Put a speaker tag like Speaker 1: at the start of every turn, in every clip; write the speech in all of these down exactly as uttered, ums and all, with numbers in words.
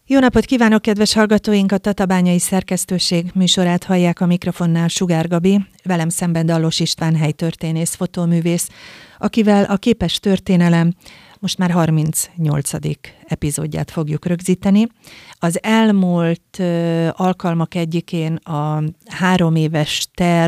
Speaker 1: Jó napot kívánok, kedves hallgatóink! A Tatabányai Szerkesztőség műsorát hallják, a mikrofonnál Sugár Gabi, velem szemben Dallos István helytörténész, fotóművész, akivel a Képes Történelem most már harmincnyolcadik epizódját fogjuk rögzíteni. Az elmúlt ö, alkalmak egyikén a három éves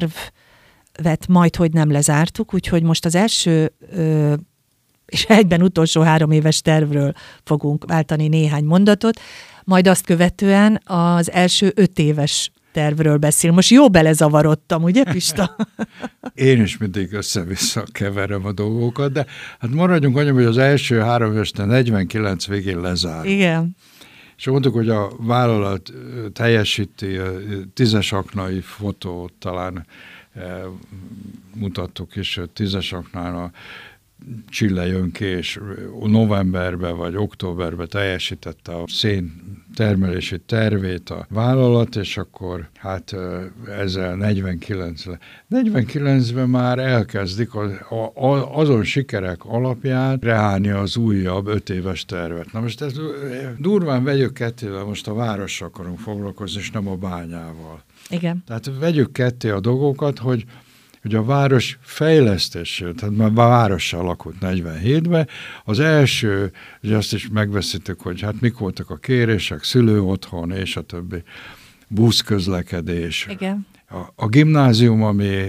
Speaker 1: tervet majdhogy nem lezártuk, úgyhogy most az első ö, és egyben utolsó három éves tervről fogunk váltani néhány mondatot, majd azt követően az első öt éves tervről beszél. Most jó belezavarodtam, ugye Pista?
Speaker 2: Én is mindig össze-vissza keverem a dolgokat, de hát maradjunk annyi, hogy az első három évesnél negyvenkilenc végén lezár.
Speaker 1: Igen.
Speaker 2: És mondtuk, hogy a vállalat teljesíti, a tízes aknai fotót talán e, mutattuk is, tízes aknán a Csille jön ki, és novemberben vagy októberben teljesítette a szén termelési tervét a vállalat, és akkor hát ezzel negyvenkilenc negyvenkilencben már elkezdik az, a, azon sikerek alapján reálni az újabb öt éves tervet. Na most ez durván vegyük kettével, most a várossal akarunk foglalkozni, és nem a bányával.
Speaker 1: Igen.
Speaker 2: Tehát vegyük ketté a dolgokat, hogy hogy a város fejlesztését, tehát már várossal lakott negyvenhétben, az első, ugye azt is megbeszéltük, hogy hát mik voltak a kérések, szülőotthon és a többi, buszközlekedés.
Speaker 1: Igen.
Speaker 2: A, a gimnázium, ami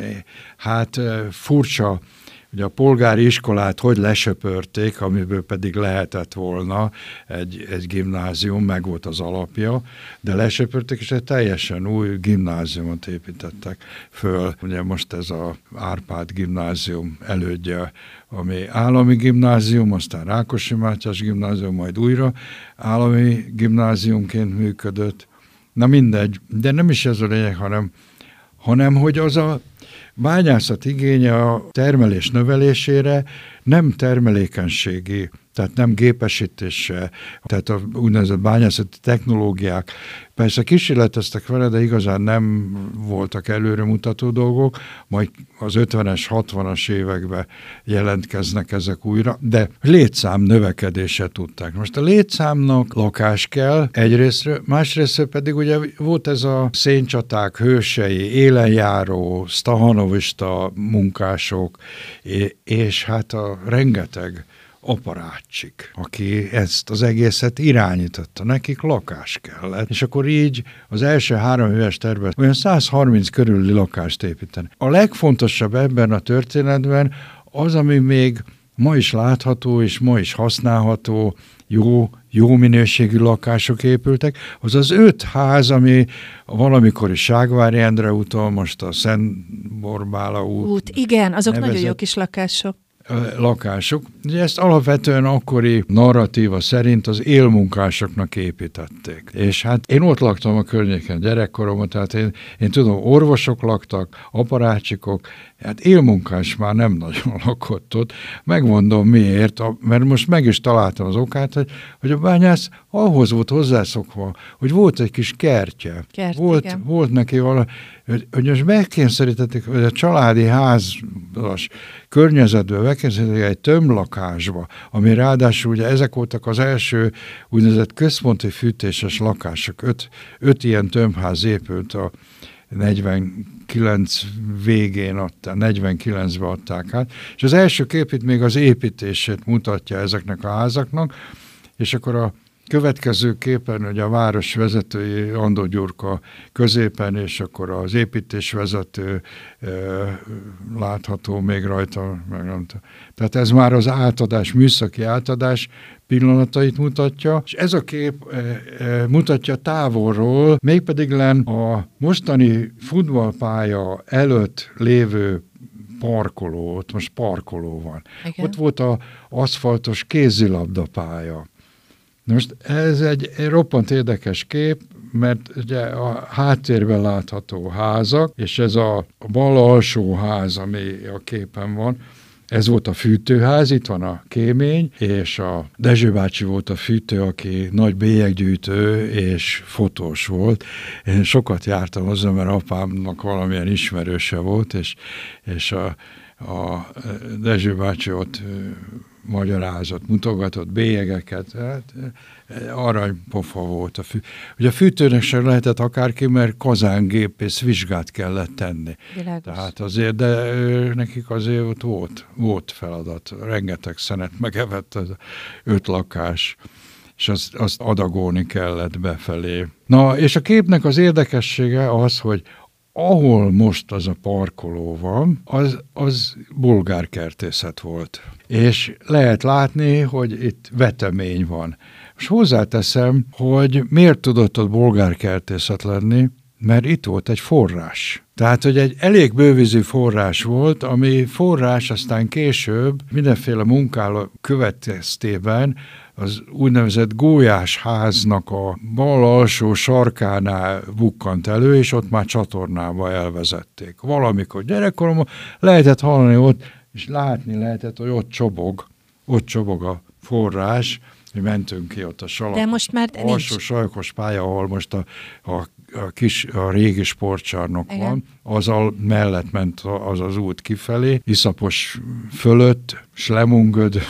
Speaker 2: hát furcsa, ugye a polgári iskolát hogy lesöpörték, amiből pedig lehetett volna egy, egy gimnázium, meg volt az alapja, de lesöpörték, és egy teljesen új gimnáziumot építettek föl. Ugye most ez az Árpád gimnázium elődje, ami állami gimnázium, aztán Rákosi Mátyás gimnázium, majd újra állami gimnáziumként működött. Na mindegy, de nem is ez a lényeg, hanem, hanem hogy az a bányászat igénye a termelés növelésére nem termelékenységi, tehát nem gépesítése, tehát a úgynevezett bányászati technológiák. Persze kísérleteztek vele, de igazán nem voltak előremutató dolgok, majd az ötvenes, hatvanas években jelentkeznek ezek újra, de létszám növekedése tudták. Most a létszámnak lakás kell egyrésztről, másrésztről pedig ugye volt ez a széncsaták hősei, élenjáró, stahanovista munkások, és hát a rengeteg aparátsik, aki ezt az egészet irányította, nekik lakás kellett, és akkor így az első három éves tervben olyan száz harminc körüli lakást építeni. A legfontosabb ebben a történetben az, ami még ma is látható, és ma is használható, jó, jó minőségű lakások épültek, az az öt ház, ami a valamikori Ságvári Endre úton, most a Szent Borbála út. út
Speaker 1: igen, azok nevezett, nagyon jó kis lakások.
Speaker 2: lakások. Ugye ezt alapvetően akkori narratíva szerint az élmunkásoknak építették. És hát én ott laktam a környéken gyerekkoromban, tehát én, én tudom, orvosok laktak, aparátsikok, hát élmunkás már nem nagyon lakott ott. Megmondom miért, mert most meg is találtam az okát, hogy, hogy a bányász ahhoz volt hozzászokva, hogy volt egy kis kertje.
Speaker 1: Kert,
Speaker 2: volt, volt neki valami, hogy, hogy most megkényszerítették, hogy a családi házas környezetből megkényszerítették egy tömblakásba, ami ráadásul ugye ezek voltak az első úgynevezett központi fűtéses lakások. Öt, öt ilyen tömbház épült a negyvenkilenc végén adták, negyvenkilencben adták át, és az első kép itt még az építését mutatja ezeknek a házaknak, és akkor a következő képen, hogy a város vezetői, Andó Gyurka középen, és akkor az építésvezető e, látható még rajta. Meg nem Tehát ez már az átadás, műszaki átadás pillanatait mutatja, és ez a kép e, e, mutatja távolról, mégpedig len a mostani futballpálya előtt lévő parkoló, ott most parkoló van. Igen. Ott volt az aszfaltos kézilabdapálya. Most ez egy roppant érdekes kép, mert ugye a háttérben látható házak, és ez a bal alsó ház, ami a képen van, ez volt a fűtőház, itt van a kémény, és a Dezső bácsi volt a fűtő, aki nagy bélyeggyűjtő és fotós volt. Én sokat jártam hozzá, mert apámnak valamilyen ismerőse volt, és, és a, a Dezső bácsi ott magyarázott, mutogatott bélyegeket, hát aranypofa volt a fű. Ugye a fűtőnek sem lehetett akárki, mert kazángépész vizsgát kellett tenni.
Speaker 1: Világos.
Speaker 2: Tehát azért, de nekik azért ott volt, volt feladat. Rengeteg szenet megevett az öt lakás, és azt, azt adagolni kellett befelé. Na, és a képnek az érdekessége az, hogy ahol most az a parkoló van, az, az bolgárkertészet volt. És lehet látni, hogy itt vetemény van. És hozzáteszem, hogy miért tudott ott bolgárkertészet lenni, mert itt volt egy forrás. Tehát, hogy egy elég bővízű forrás volt, ami forrás aztán később mindenféle munkálat következtében az úgynevezett gólyásháznak a bal alsó sarkánál bukkant elő, és ott már csatornába elvezették. Valamikor gyerekkoromban lehetett hallani ott, és látni lehetett, hogy ott csobog, ott csobog a forrás, mi mentünk ki ott a salak.
Speaker 1: De most már
Speaker 2: alsó
Speaker 1: nincs.
Speaker 2: salakos pálya, ahol most a, a A, kis, a régi sportcsarnok
Speaker 1: Igen.
Speaker 2: van, azzal mellett ment az az út kifelé, Iszapos fölött, Slemungöd,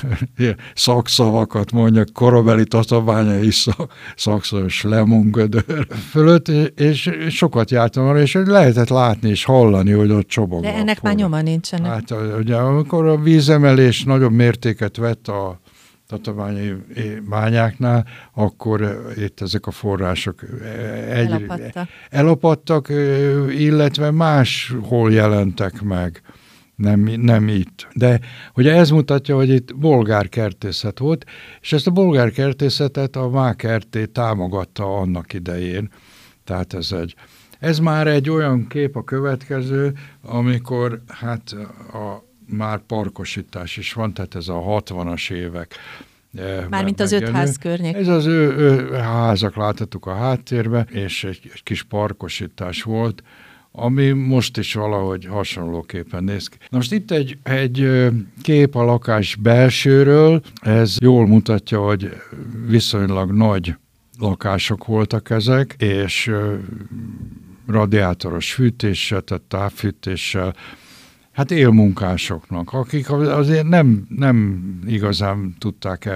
Speaker 2: szakszavakat mondjak, korabeli tatabányai szakszavak, Slemungödör fölött, és sokat jártam arra, és lehet lehetni és hallani, hogy ott csobog.
Speaker 1: De ennek már nyoma nincsen.
Speaker 2: Hát ugye, amikor a vízemelés nagyobb mértéket vett a tatabányai bányáknál, akkor itt ezek a források egy,
Speaker 1: Elapadtak.
Speaker 2: elapadtak, illetve máshol jelentek meg, nem, nem itt. De ugye ez mutatja, hogy itt bolgárkertészet volt, és ezt a bolgárkertészetet a Mákerté támogatta annak idején. Tehát ez egy ez már egy olyan kép a következő, amikor hát a már parkosítás is van, tehát ez a hatvanas évek.
Speaker 1: Mármint az öt ház környék.
Speaker 2: Ez az ő, ő házak, láthattuk a háttérben, és egy, egy kis parkosítás volt, ami most is valahogy hasonlóképpen néz ki. Na most itt egy, egy kép a lakás belsőről, ez jól mutatja, hogy viszonylag nagy lakások voltak ezek, és radiátoros fűtéssel, tehát távfűtéssel, hát élmunkásoknak, akik azért nem, nem igazán tudták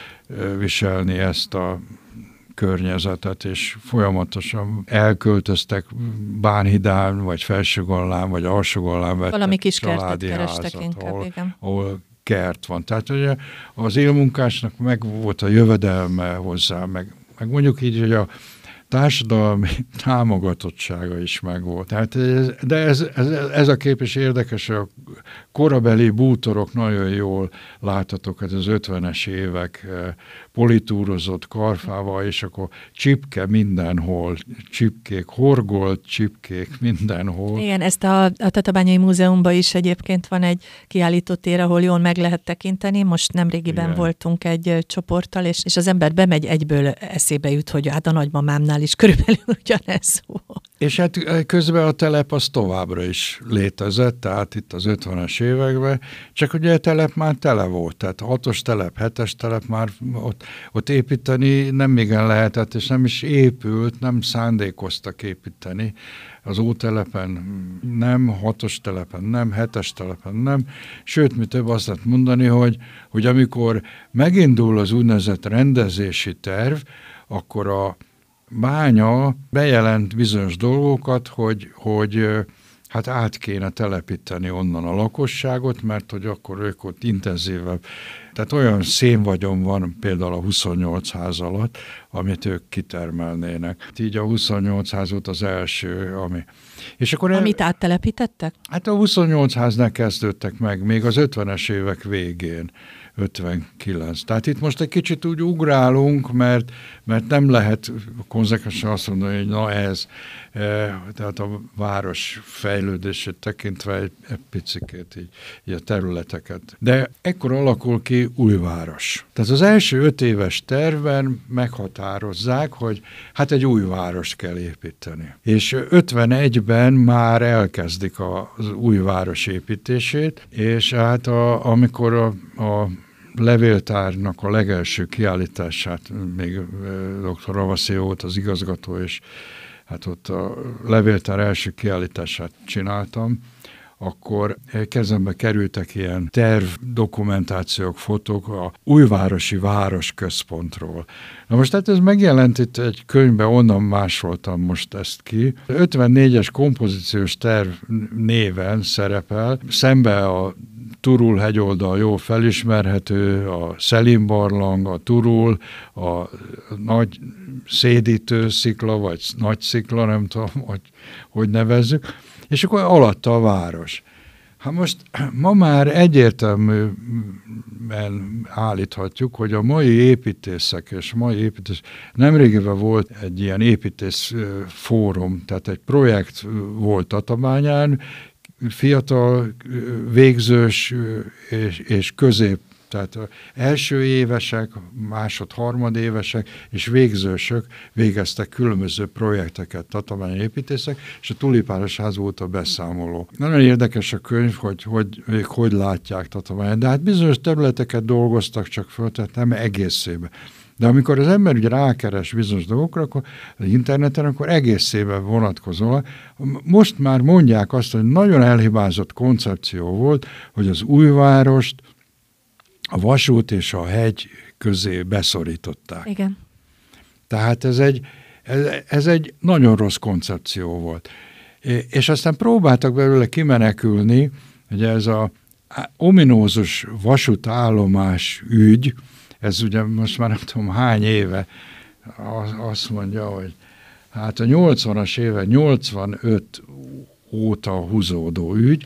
Speaker 2: elviselni ezt a környezetet, és folyamatosan elköltöztek Bánhidán, vagy Felsőgollán, vagy Alsógollán vettek
Speaker 1: valami kis kertet
Speaker 2: családi
Speaker 1: kerestek
Speaker 2: házat,
Speaker 1: inkább,
Speaker 2: ahol,
Speaker 1: igen.
Speaker 2: ahol kert van. Tehát ugye az élmunkásnak meg volt a jövedelme hozzá, meg, meg mondjuk így, hogy a társadalmi támogatottsága is megvolt. Tehát ez, de ez, ez, ez a kép is érdekes, a korabeli bútorok nagyon jól láthatók, ez az ötvenes évek politúrozott karfával, és akkor csipke mindenhol, csipkék, horgolt csipkék mindenhol.
Speaker 1: Igen, ezt a, a Tatabányai Múzeumban is egyébként van egy kiállító tér, ahol jól meg lehet tekinteni. Most nemrégiben Igen. voltunk egy csoporttal, és, és az ember bemegy, egyből eszébe jut, hogy hát a nagymamámnál is körülbelül ugyanez volt.
Speaker 2: És hát közben a telep az továbbra is létezett, tehát itt az ötvenes években, csak ugye a telep már tele volt, tehát hatos telep, hetes telep már ott, ott építeni nem igen lehetett, és nem is épült, nem szándékoztak építeni. Az ótelepen nem, hatos telepen nem, hetes telepen nem, sőt, mi több azt lehet mondani, hogy, hogy amikor megindul az úgynevezett rendezési terv, akkor a bánya bejelent bizonyos dolgokat, hogy, hogy hát át kéne telepíteni onnan a lakosságot, mert hogy akkor ők ott intenzívebb. Tehát olyan szénvagyon van például a huszonnyolc ház alatt, amit ők kitermelnének. Így a huszonnyolc ház volt az első, ami... És akkor
Speaker 1: amit el... áttelepítettek?
Speaker 2: Hát a huszonnyolc háznál kezdődtek meg, még az ötvenes évek végén. ötvenkilenc. Tehát itt most egy kicsit úgy ugrálunk, mert, mert nem lehet konzekvensen azt mondani, hogy na ez, e, tehát a város fejlődését tekintve egy, egy picikét így, így a területeket. De ekkor alakul ki újváros. Tehát az első öt éves tervben meghatározzák, hogy hát egy új várost kell építeni. És ötvenegyben már elkezdik az új város építését, és hát a, amikor a, a levéltárnak a legelső kiállítását, még doktor Ravaszi volt az igazgató, és hát ott a levéltár első kiállítását csináltam, akkor kezembe kerültek ilyen terv, dokumentációk, fotók a újvárosi városközpontról. Na most hát ez megjelent itt egy könyvben, onnan másoltam most ezt ki. ötvennégyes kompozíciós terv néven szerepel, szembe a Turul hegyoldal jól felismerhető, a Szelim-barlang, a Turul, a nagy szédítő szikla, vagy nagy szikla, nem tudom, hogy, hogy nevezzük, és akkor alatta a város. Hát most ma már egyértelműen állíthatjuk, hogy a mai építészek és mai építész, nemrégiben volt egy ilyen építész fórum, tehát egy projekt volt Tatabányán, fiatal, végzős és, és közép, tehát első évesek, másod, harmadévesek és végzősök végeztek különböző projekteket, tatabányi építészek, és a Tulipános ház volt a beszámoló. Nagyon érdekes a könyv, hogy hogy, hogy, hogy látják Tatabányát, de hát bizonyos területeket dolgoztak csak föl, tehát nem egészében. De amikor az ember ugye rákeres bizonyos dolgokra, akkor az interneten, akkor egészében vonatkozóan. Most már mondják azt, hogy nagyon elhibázott koncepció volt, hogy az újvárost a vasút és a hegy közé beszorították.
Speaker 1: Igen.
Speaker 2: Tehát ez egy, ez, ez egy nagyon rossz koncepció volt. És aztán próbáltak belőle kimenekülni, ugye ez a ominózus vasútállomás ügy, ez ugye most már nem tudom hány éve azt mondja, hogy hát a nyolcvanas éve, nyolcvanöt óta húzódó ügy,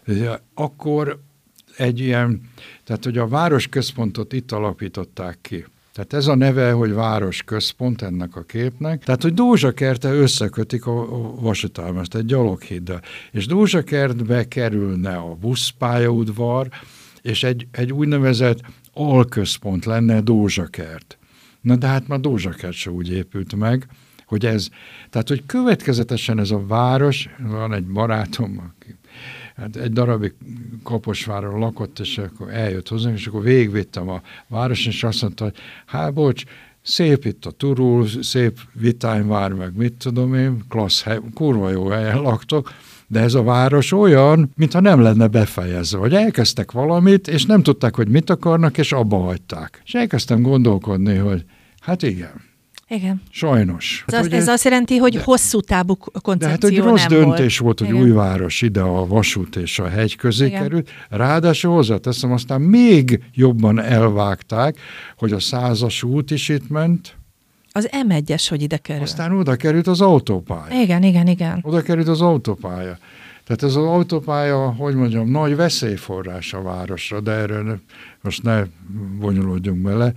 Speaker 2: akkor egy ilyen, tehát hogy a városközpontot itt alapították ki. Tehát ez a neve, hogy városközpont ennek a képnek. Tehát, hogy Dózsakerte összekötik a, a vasútállomást egy gyaloghiddal. És Dózsakertbe kerülne a buszpályaudvar, és egy, egy úgynevezett alközpont lenne Dózsakert. Na de hát már Dózsakert se úgy épült meg, hogy ez, tehát hogy következetesen ez a város, van egy barátom, aki hát egy darabig Kaposváron lakott, és akkor eljött hozzánk, és akkor végigvittem a város, és azt mondta, hogy hát bocs, szép itt a Turul, szép Vitányvár, meg mit tudom én, klassz hely, kurva jó helyen laktok, de ez a város olyan, mintha nem lenne befejezve, hogy elkezdtek valamit, és nem tudták, hogy mit akarnak, és abba hagyták. És elkezdtem gondolkodni, hogy hát igen.
Speaker 1: Igen.
Speaker 2: Sajnos.
Speaker 1: Ez,
Speaker 2: hát,
Speaker 1: az, ez azt jelenti, hogy
Speaker 2: de,
Speaker 1: hosszú távú koncepció
Speaker 2: de hát egy rossz
Speaker 1: nem
Speaker 2: döntés volt,
Speaker 1: volt,
Speaker 2: hogy
Speaker 1: igen.
Speaker 2: Újváros ide a vasút és a hegy közé
Speaker 1: Igen.
Speaker 2: került. Ráadásul hozzáteszem, aztán még jobban elvágták, hogy a százas út is itt ment.
Speaker 1: Az em egyes, hogy ide kerül.
Speaker 2: Aztán oda került az autópálya.
Speaker 1: Igen, igen, igen.
Speaker 2: Oda került az autópálya. Tehát ez az autópálya, hogy mondjam, nagy veszélyforrás a városra, de erről most ne bonyolódjunk bele.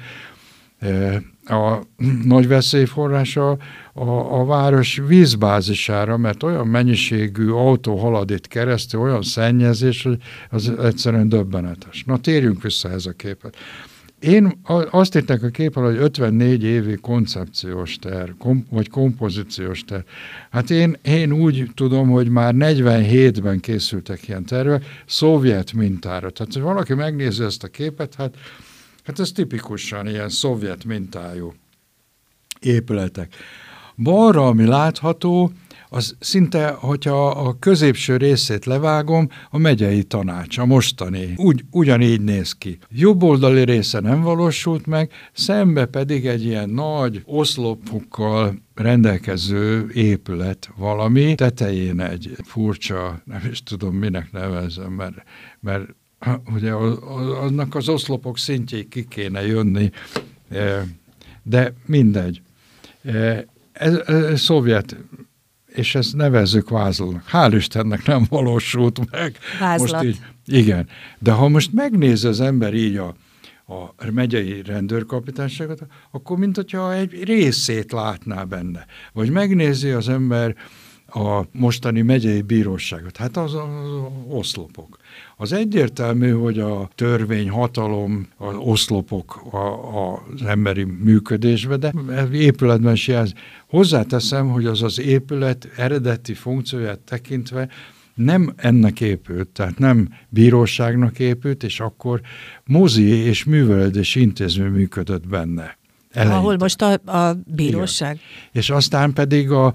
Speaker 2: A nagy veszélyforrása a, a város vízbázisára, mert olyan mennyiségű autó halad itt keresztül, olyan szennyezés, hogy az egyszerűen döbbenetes. Na, térjünk vissza ez a képet. Én azt írták a képen, hogy ötvennégy évi koncepciós terv, kom, vagy kompozíciós terv. Hát én, én úgy tudom, hogy már negyvenhétben készültek ilyen tervek, szovjet mintára. Tehát, hogy valaki megnézi ezt a képet, hát, hát ez tipikusan ilyen szovjet mintájú épületek. Balra, ami látható, az szinte, hogyha a középső részét levágom, a megyei tanács, a mostani. Úgy, ugyanígy néz ki. Jobb oldali része nem valósult meg, szembe pedig egy ilyen nagy oszlopokkal rendelkező épület valami, tetején egy furcsa, nem is tudom minek nevezem, mert, mert ugye annak az oszlopok szintjéig ki kéne jönni, de mindegy. Ez, ez szovjet, és ezt nevezzük vázlónak. Hál' Istennek nem valósult meg.
Speaker 1: Vázlat.
Speaker 2: Most így, igen. De ha most megnéz az ember így a, a megyei rendőrkapitányságot, akkor mint hogyha egy részét látná benne. Vagy megnézi az ember a mostani megyei bíróságot. Hát az, az, az oszlopok. Az egyértelmű, hogy a törvény, hatalom, az oszlopok a, a, az emberi működésbe, de épületben is jelz. Hozzáteszem, hogy az az épület eredeti funkcióját tekintve nem ennek épült, tehát nem bíróságnak épült, és akkor mozi és művelődési intézmény működött benne. Eleinte.
Speaker 1: Ahol most a, a bíróság.
Speaker 2: Igen. És aztán pedig a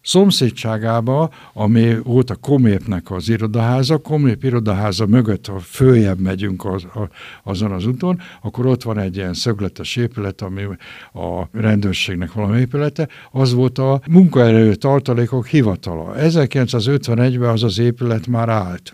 Speaker 2: szomszédságába, ami volt a Komépnek az irodaháza, Komép irodaháza mögött, ha följebb megyünk az, a, azon az úton, akkor ott van egy ilyen szögletes épület, ami a rendőrségnek valami épülete, az volt a munkaerő tartalékok hivatala. ezerkilencszázötvenegyben az az épület már állt.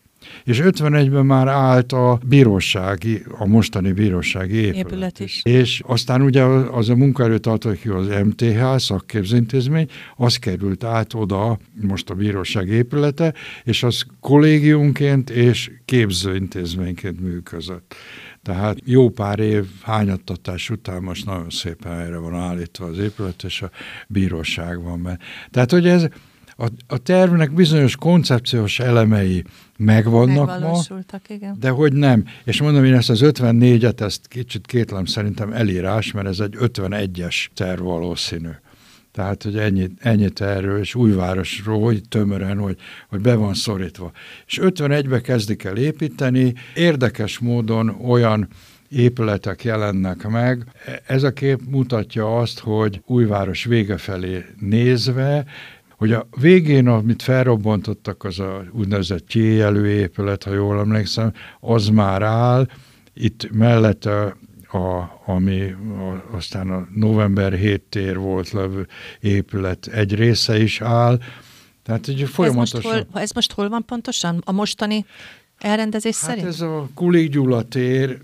Speaker 2: És ötvenegyben már állt a bírósági, a mostani bírósági épület,
Speaker 1: épület is.
Speaker 2: És aztán ugye az a munkaerőtartalék, az em té há, szakképzőintézmény, az került át oda most a bíróság épülete, és az kollégiumként és képzőintézményként működött. Tehát jó pár év hányattatás után most nagyon szépen helyre van állítva az épület, és a bíróság van benne. Tehát, hogy ez a, a tervnek bizonyos koncepciós elemei megvannak ma,
Speaker 1: igen.
Speaker 2: de hogy nem. És mondom, én ezt az ötvennégyet, ezt kicsit kétlem szerintem elírás, mert ez egy ötvenegyes terv valószínű. Tehát, hogy ennyit, ennyit erről, és Újvárosról, hogy tömören, hogy, hogy be van szorítva. És ötvenegyben kezdik el építeni, érdekes módon olyan épületek jelennek meg. Ez a kép mutatja azt, hogy Újváros vége felé nézve, hogy a végén, amit felrobbantottak, az a úgynevezett J-jelű épület, ha jól emlékszem, az már áll, itt mellette A, ami a, aztán a november hét tér volt levő épület egy része is áll. Tehát így folyamatosan...
Speaker 1: Ez most, hol, ez most hol van pontosan? A mostani elrendezés
Speaker 2: hát
Speaker 1: szerint?
Speaker 2: Ez a Kulik Gyula tér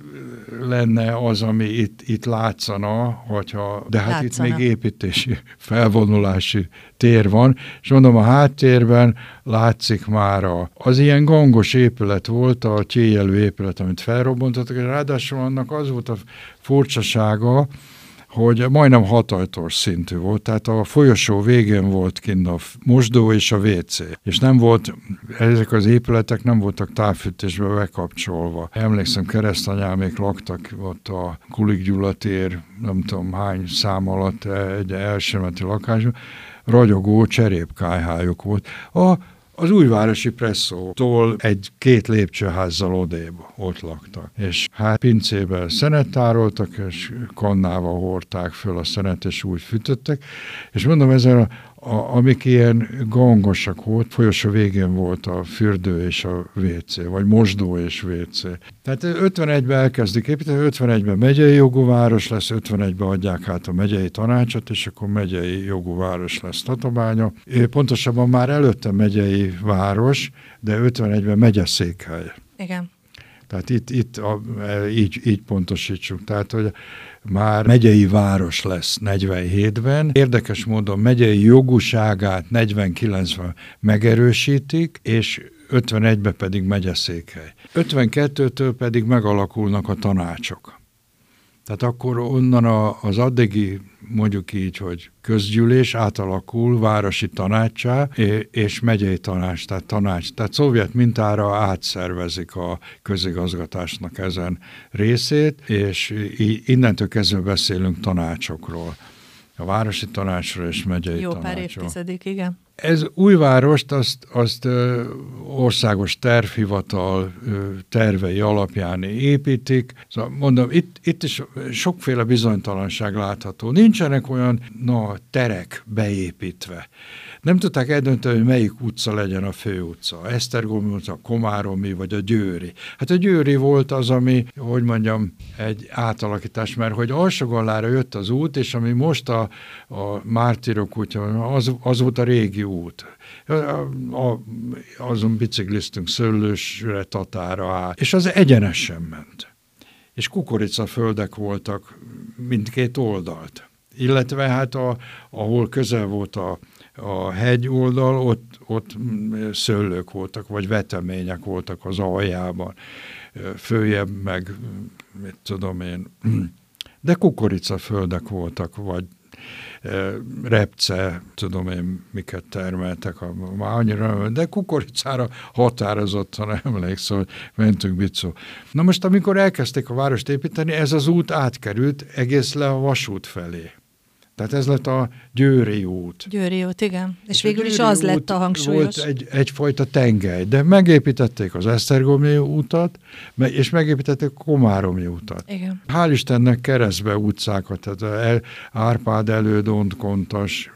Speaker 2: lenne az, ami itt, itt látszana, hogyha, de hát látszana. Itt még építési, felvonulási tér van, és mondom, a háttérben látszik már a, az ilyen gangos épület volt, a J-jelű épület, amit felrobbantottak, és ráadásul annak az volt a furcsasága, hogy majdnem hatajtós szintű volt, tehát a folyosó végén volt kint a mosdó és a vé cé, és nem volt, ezek az épületek nem voltak távfűtésbe bekapcsolva. Emlékszem, keresztanyámék laktak ott a Kulik Gyula tér, nem tudom hány szám alatt egy elsemeti lakásban, ragyogó cserépkályhájuk volt. A Az Újvárosi Presszótól egy-két lépcsőházzal odébb ott laktak. És hát pincében szenet tároltak, és kannával hordták föl a szenet, és úgy fűtöttek. És mondom, ezen a, a, amik ilyen gangosak volt, folyosó végén volt a fürdő és a vé cé, vagy mosdó és vé cé. Tehát ötvenegyben elkezdik építeni, ötvenegyben megyei jogú város lesz, ötvenegyben adják át a megyei tanácsot, és akkor megyei jogú város lesz Tatabánya. Pontosabban már előtte megyei város, de ötvenegyben megyeszékhely.
Speaker 1: Igen.
Speaker 2: Tehát itt, itt a, így, így pontosítsuk. Tehát, hogy már megyei város lesz negyvenhétben. Érdekes módon megyei jogúságát negyvenkilencben megerősítik, és ötvenegyben pedig megyeszékhely. ötvenkettőtől pedig megalakulnak a tanácsok. Tehát akkor onnan a, az addigi, mondjuk így, hogy közgyűlés átalakul városi tanácssá és megyei tanács, tehát tanács. Tehát szovjet mintára átszervezik a közigazgatásnak ezen részét, és innentől kezdve beszélünk tanácsokról. A városi tanácsról és megyei
Speaker 1: Jó
Speaker 2: tanácsról.
Speaker 1: Jó pár évtizedik, igen.
Speaker 2: Ez Újvárost azt, azt ö, országos tervhivatal ö, tervei alapján építik. Szóval mondom, itt, itt is sokféle bizonytalanság látható. Nincsenek olyan na, terek beépítve. Nem tudták eldönteni, hogy melyik utca legyen a főutca. Esztergomi utca, a Komáromi vagy a Győri. Hát a Győri volt az, ami, hogy mondjam, egy átalakítás, mert hogy Alsógallára jött az út, és ami most a, a Mártírok útja, az, az volt a régi út. A, a, azon bicikliztünk Szöllősre, Tatára át, és az egyenesen ment. És kukoricaföldek voltak mindkét oldalt. Illetve hát a, ahol közel volt a a hegy oldal, ott, ott szőlők voltak, vagy vetemények voltak az aljában. Följebb meg, mit tudom én, de kukoricaföldek voltak, vagy repce, tudom én, miket termeltek, már annyira, de kukoricára határozottan emlékszem, hogy mentünk bicó. Na most, amikor elkezdték a várost építeni, ez az út átkerült egész le a vasút felé. Tehát ez lett a Győri út.
Speaker 1: Győri út, igen. És, és végül is az lett a hangsúlyos.
Speaker 2: Volt egy, egyfajta tengely, de megépítették az Esztergomi utat, és megépítették a Komáromi utat.
Speaker 1: Igen.
Speaker 2: Hál' Istennek keresztbe utcákat, tehát Árpád elő, Dont Kontas,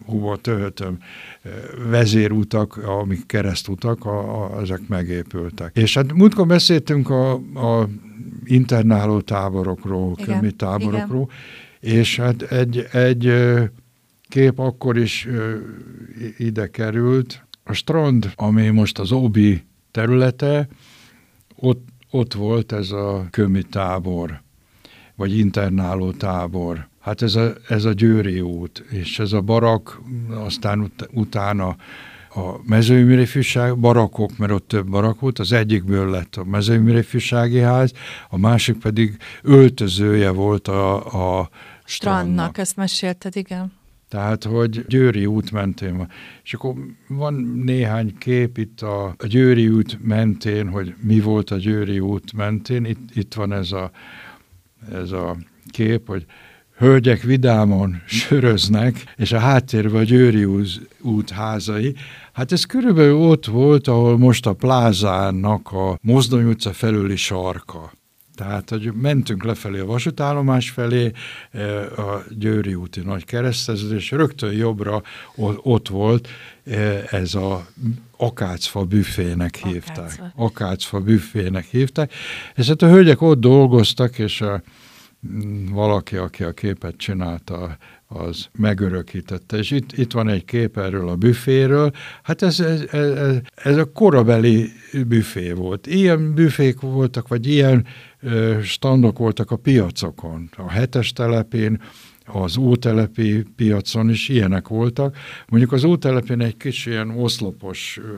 Speaker 2: hova töhötöm vezérutak, amik keresztutak, a, a, ezek megépültek. És hát múltkor beszéltünk a, a internáló táborokról, kömi táborokról, igen. És hát egy, egy kép akkor is ide került. A strand, ami most az Óbi területe, ott, ott volt ez a kömi tábor, vagy internáló tábor. Hát ez a, ez a Győri út, és ez a barak, aztán ut- utána a mezőműréfűság, barakok, mert ott több barak volt, az egyikből lett a mezőműréfűsági ház, a másik pedig öltözője volt a, a strandnak.
Speaker 1: Strandnak, ezt mesélted, igen.
Speaker 2: Tehát, hogy Győri út mentén van. És akkor van néhány kép itt a, a Győri út mentén, hogy mi volt a Győri út mentén. Itt, itt van ez a, ez a kép, hogy hölgyek vidámon söröznek, és a háttérben a Győri út házai. Hát ez körülbelül ott volt, ahol most a plázának a Mozdony utca felüli sarka. Tehát, hogy mentünk lefelé a vasútállomás felé, a Győri úti nagy kereszteződés, és rögtön jobbra ott volt ez a akácfa büfének hívták. Akácfa. Akácfa büfének hívták. És hát a hölgyek ott dolgoztak, és a, valaki, aki a képet csinálta, az megörökítette. És itt, itt van egy kép erről a büféről. Hát ez, ez, ez, ez a korabeli büfé volt. Ilyen büfék voltak, vagy ilyen ö, standok voltak a piacokon. A hetes telepén, az ótelepi piacon is ilyenek voltak. Mondjuk az ótelepén egy kis ilyen oszlopos ö,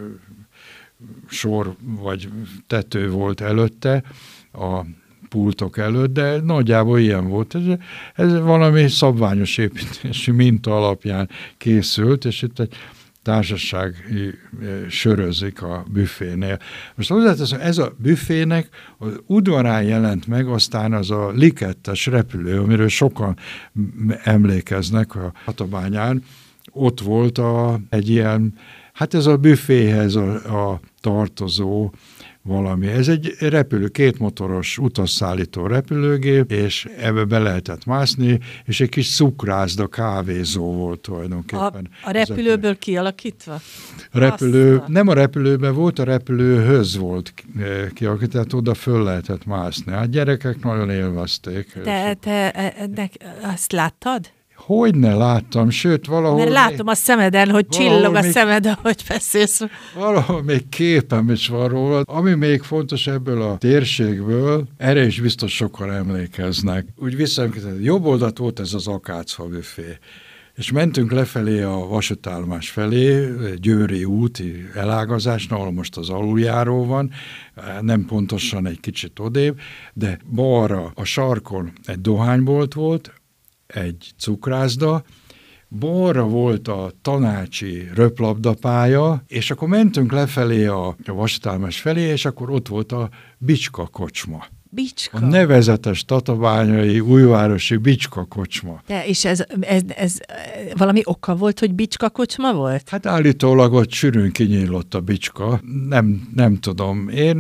Speaker 2: sor, vagy tető volt előtte, a pultok előtt, de nagyjából ilyen volt. Ez, ez valami szabványos építési minta alapján készült, és itt egy társaság sörözik a büfénél. Most hozzáteszem, ez a büfének az udvarán jelent meg, aztán az a likettes repülő, amiről sokan emlékeznek a Tatabányán, ott volt a, egy ilyen, hát ez a büféhez a, a tartozó valami. Ez egy repülő, kétmotoros utasszállító repülőgép, és ebbe be lehetett mászni, és egy kis cukrászda, kávézó volt tulajdonképpen.
Speaker 1: A, a repülőből a, kialakítva?
Speaker 2: A repülő, nem a repülőben volt, a repülőhöz volt kialakítva, tehát oda föl lehetett mászni. Hát gyerekek nagyon élvezték.
Speaker 1: Te, te ennek, azt láttad?
Speaker 2: Hogyne láttam, sőt valahol...
Speaker 1: Mert látom még, a szemeden, hogy csillog a még, szemed, ahogy beszélsz.
Speaker 2: Valahol még képem is van róla. Ami még fontos ebből a térségből, erre is biztos sokan emlékeznek. Úgy visszaemlékeztek, jobb oldalt volt ez az akácfa büfé. És mentünk lefelé a vasútállomás felé, Győri úti elágazásnál, ahol most az aluljáró van, nem pontosan egy kicsit odébb, de balra a sarkon egy dohánybolt volt, egy cukrászda, balra volt a tanácsi röplabdapálya, és akkor mentünk lefelé a, a vasútállomás felé, és akkor ott volt a Bicska kocsma.
Speaker 1: Bicska?
Speaker 2: A nevezetes tatabányai újvárosi Bicska kocsma.
Speaker 1: De és ez, ez, ez valami oka volt, hogy Bicska kocsma volt?
Speaker 2: Hát állítólag ott sűrűn kinyílott a Bicska. Nem, nem tudom. Én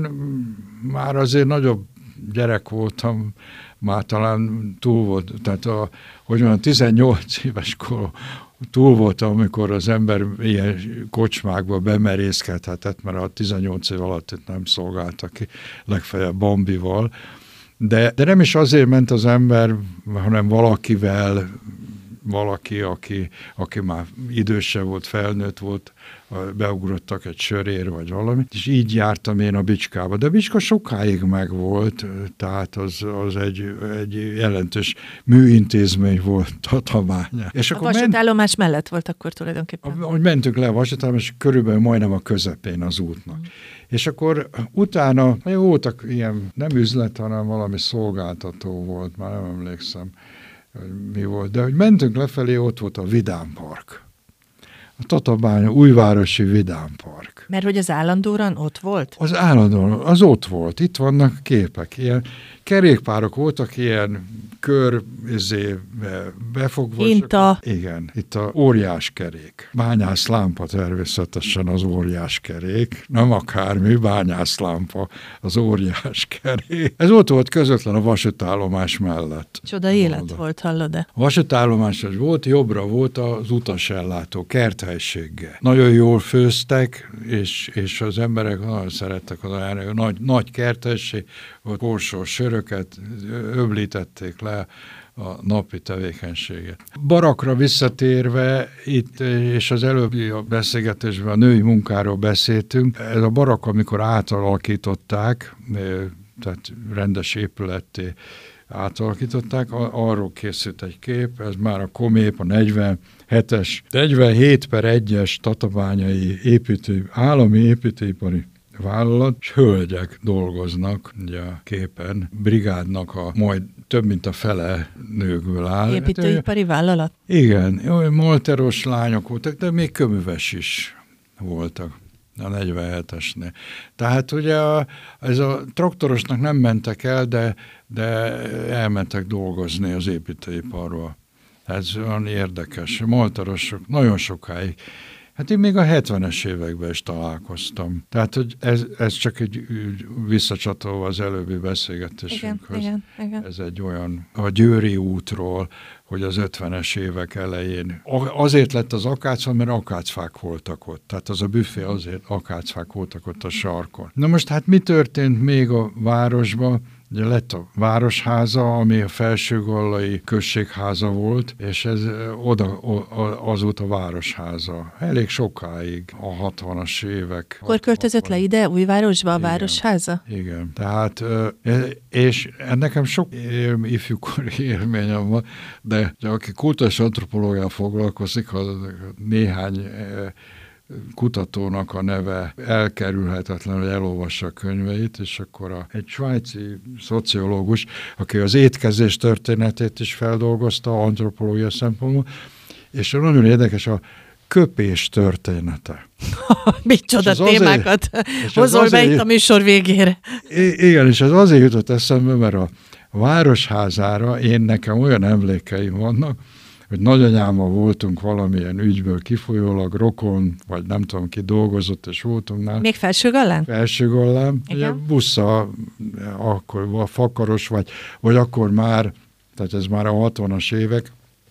Speaker 2: már azért nagyobb gyerek voltam, már talán túl volt, tehát a, hogy mondjam, tizennyolc éves kor túl voltam, amikor az ember ilyen kocsmákba bemerészkedhetett, mert a tizennyolc év alatt itt nem szolgáltak ki, legfeljebb Bambival, de, de nem is azért ment az ember, hanem valakivel, valaki, aki, aki már idősebb volt, felnőtt volt, beugrottak egy sörér, vagy valami, és így jártam én a Bicskába. De a Bicska sokáig megvolt, tehát az, az egy, egy jelentős műintézmény volt Tatabányán. És
Speaker 1: a
Speaker 2: akkor
Speaker 1: vasútállomás ment, mellett volt akkor tulajdonképpen.
Speaker 2: Ahogy mentünk le a vasútállomás, körülbelül majdnem a közepén az útnak. Mm. És akkor utána voltak ilyen, nem üzlet, hanem valami szolgáltató volt, már nem emlékszem, hogy mi volt. De hogy mentünk lefelé, ott volt a Vidám Park. a Tatabánya újvárosi vidámpark.
Speaker 1: Mert hogy az állandóan ott volt?
Speaker 2: Az állandóan, az ott volt. Itt vannak képek, ilyen kerékpárok voltak, ilyen kör, izé, befogva.
Speaker 1: Hinta.
Speaker 2: Igen, itt a óriás kerék. Bányászlámpa természetesen az óriás kerék. Nem akármi, bányászlámpa az óriás kerék. Ez ott volt közvetlen a vasútállomás mellett.
Speaker 1: Csoda élet oda volt, hallod-e?
Speaker 2: A vasútállomás az volt, jobbra volt az utasellátó, kerthelységgel. Nagyon jól főztek, és, és az emberek nagyon szerettek oda járni. Nagy, nagy kerthelyiség, ott korsós söröket öblítették le a napi tevékenységet. Barakra visszatérve, itt, és az előbbi a beszélgetésben a női munkáról beszéltünk, ez a barak, amikor átalakították, tehát rendes épületté átalakították, arról készült egy kép, ez már a Komép, a negyvenhetes, negyvenhét per egyes tatabányai építő, állami építőipari vállalat, és hölgyek dolgoznak ugye a képen, brigádnak a majd több mint a fele nőkből áll.
Speaker 1: Építőipari vállalat?
Speaker 2: Igen, molteros lányok voltak, de még köműves is voltak a negyvenhetesnél. Tehát ugye a, ez a traktorosnak nem mentek el, de, de elmentek dolgozni az építőiparról. Ez olyan érdekes. Molterosok nagyon sokáig. Hát én még a hetvenes években is találkoztam. Tehát, hogy ez, ez csak egy visszacsatolva az előbbi beszélgetésünkhöz.
Speaker 1: Igen, igen, igen.
Speaker 2: Ez egy olyan, a Győri útról, hogy az ötvenes évek elején. Azért lett az akácfa, mert akácfák voltak ott. Tehát az a büfé azért akácfák voltak ott a sarkon. Na most hát mi történt még a városban? Ugye lett a Városháza, ami a Felsőgollai községháza volt, és ez oda, az volt a Városháza. Elég sokáig, a hatvanas évek.
Speaker 1: Akkor költözött le ide Újvárosba a
Speaker 2: igen,
Speaker 1: Városháza?
Speaker 2: Igen. Tehát, és nekem sok ifjúkori élményem van, de aki kulturális antropológiával foglalkozik, az néhány kutatónak a neve elkerülhetetlen, hogy elolvassa a könyveit, és akkor a, egy svájci szociológus, aki az étkezés történetét is feldolgozta antropológia szempontból, és nagyon érdekes a köpés története.
Speaker 1: Micsoda témákat hozol be itt a műsor végére.
Speaker 2: Igen, és ez azért jutott eszembe, mert a Városházára én nekem olyan emlékeim vannak, hogy nagyanyámmal voltunk valamilyen ügyből kifolyólag, rokon, vagy nem tudom ki dolgozott, és voltunk nála.
Speaker 1: Még Felsőgallán?
Speaker 2: Felsőgallán. Ugye bussza, akkor a Fakaros, vagy, vagy akkor már, tehát ez már a hatvanas évek,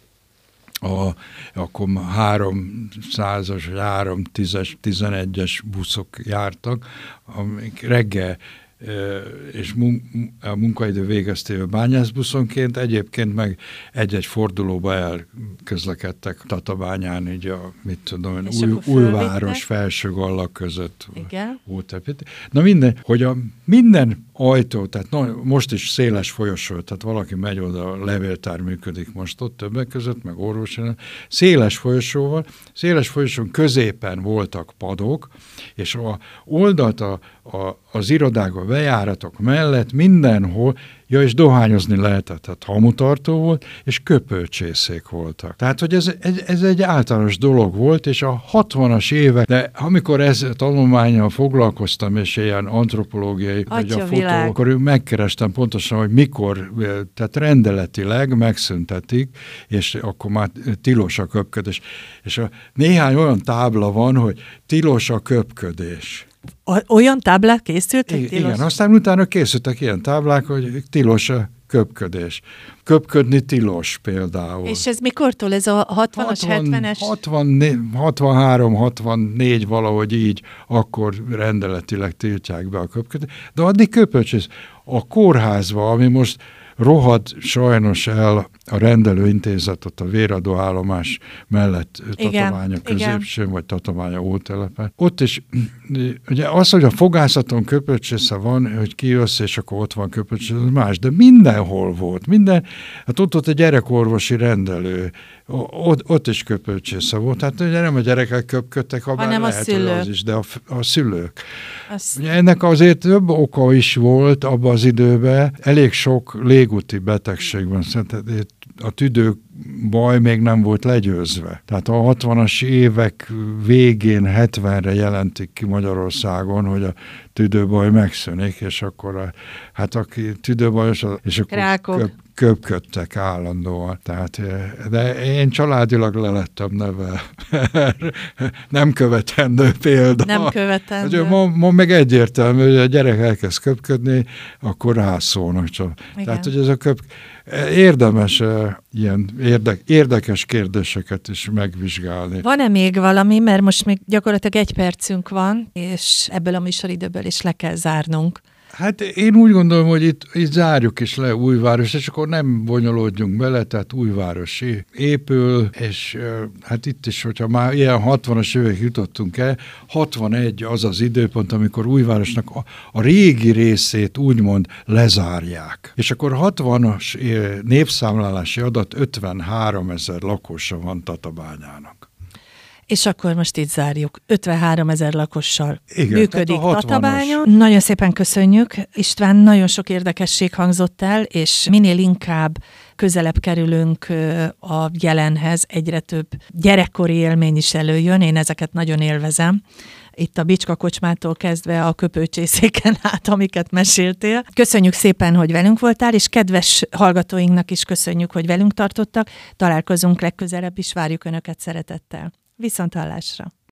Speaker 2: a, akkor háromszázas, vagy háromszáztízes, tizenegyes buszok jártak, amik reggel és a munkaidő végeztével bányászbuszonként, egyébként meg egy-egy fordulóba elközlekedtek Tatabányán, így a, mit tudom, új, Újváros, Felsőgalla között. Igen. Volt epít. Na minden, hogy a minden ajtó, tehát no, most is széles folyosó, tehát valaki megy oda, a levéltár működik most ott többek között, meg orvosi, széles folyosóval, széles folyosón középen voltak padok, és a oldalt a, a, az irodákba, bejáratok mellett mindenhol, ja, és dohányozni lehetett, tehát hamutartó volt, és köpőcsészék voltak. Tehát, hogy ez, ez, ez egy általános dolog volt, és a hatvanas évek, de amikor ez tanulmánnyal foglalkoztam, és ilyen antropológiai, vagy a fotó, akkor megkerestem pontosan, hogy mikor, tehát rendeletileg megszüntetik, és akkor már tilos a köpködés. És a, néhány olyan tábla van, hogy tilos a köpködés.
Speaker 1: Olyan táblák készültek?
Speaker 2: Igen, tilos? Aztán utána készültek ilyen táblák, hogy tilos a köpködés. Köpködni tilos például.
Speaker 1: És ez mikortól? Ez a hatvanas, hetvenes?
Speaker 2: hatvanhárom, hatvannégy valahogy így, akkor rendeletileg tiltják be a köpködést. De addig köpöcsész. A kórházba, ami most rohad sajnos el a rendelőintézetet a véradóállomás mellett Tatabánya középsőn, vagy Tatabánya ótelepen. Ott is, ugye az, hogy a fogászaton köpöcsésze van, hogy kijössz, és akkor ott van köpöcsésze, az más, de mindenhol volt, minden, hát ott volt egy gyerekorvosi rendelő, ott, ott is köpöcsésze volt, hát ugye nem a gyerekek köpködtek, hanem lehet, hogy az is, de a, a szülők. Az... Ugye ennek azért több oka is volt abban az időben, elég sok légúti betegség van, a tüdőbaj még nem volt legyőzve. Tehát a hatvanas évek végén hetvenre jelentik ki Magyarországon, hogy a tüdőbaj megszűnik, és akkor a, hát aki tüdőbajos, és akkor köp, köpködtek állandóan. Tehát, de én családilag le lettem neve. Nem követendő példa.
Speaker 1: Nem követendő.
Speaker 2: Ma, ma meg egyértelmű, hogy a gyerek elkezd köpködni, akkor rászólnak csak. Igen. Tehát, hogy ez a köp... Érdemes ilyen érdek, érdekes kérdéseket is megvizsgálni.
Speaker 1: Van-e még valami, mert most még gyakorlatilag egy percünk van, és ebből a műsoridőből is le kell zárnunk.
Speaker 2: Hát én úgy gondolom, hogy itt, itt zárjuk is le Újváros, és akkor nem bonyolódjunk bele, tehát Újváros épül, és hát itt is, hogyha már ilyen hatvanas évek jutottunk el, hatvanegy az az időpont, amikor Újvárosnak a, a régi részét úgymond lezárják. És akkor hatvanas népszámlálási adat ötvenhárom ezer lakosa van Tatabányának.
Speaker 1: És akkor most itt zárjuk. ötvenhárom ezer lakossal
Speaker 2: Igen,
Speaker 1: működik Tatabánya. Nagyon szépen köszönjük. István, nagyon sok érdekesség hangzott el, és minél inkább közelebb kerülünk a jelenhez, egyre több gyerekkori élmény is előjön. Én ezeket nagyon élvezem. Itt a Bicska kocsmától kezdve a köpőcsészéken át, amiket meséltél. Köszönjük szépen, hogy velünk voltál, és kedves hallgatóinknak is köszönjük, hogy velünk tartottak. Találkozunk legközelebb is, várjuk Önöket szeretettel. Viszonthallásra!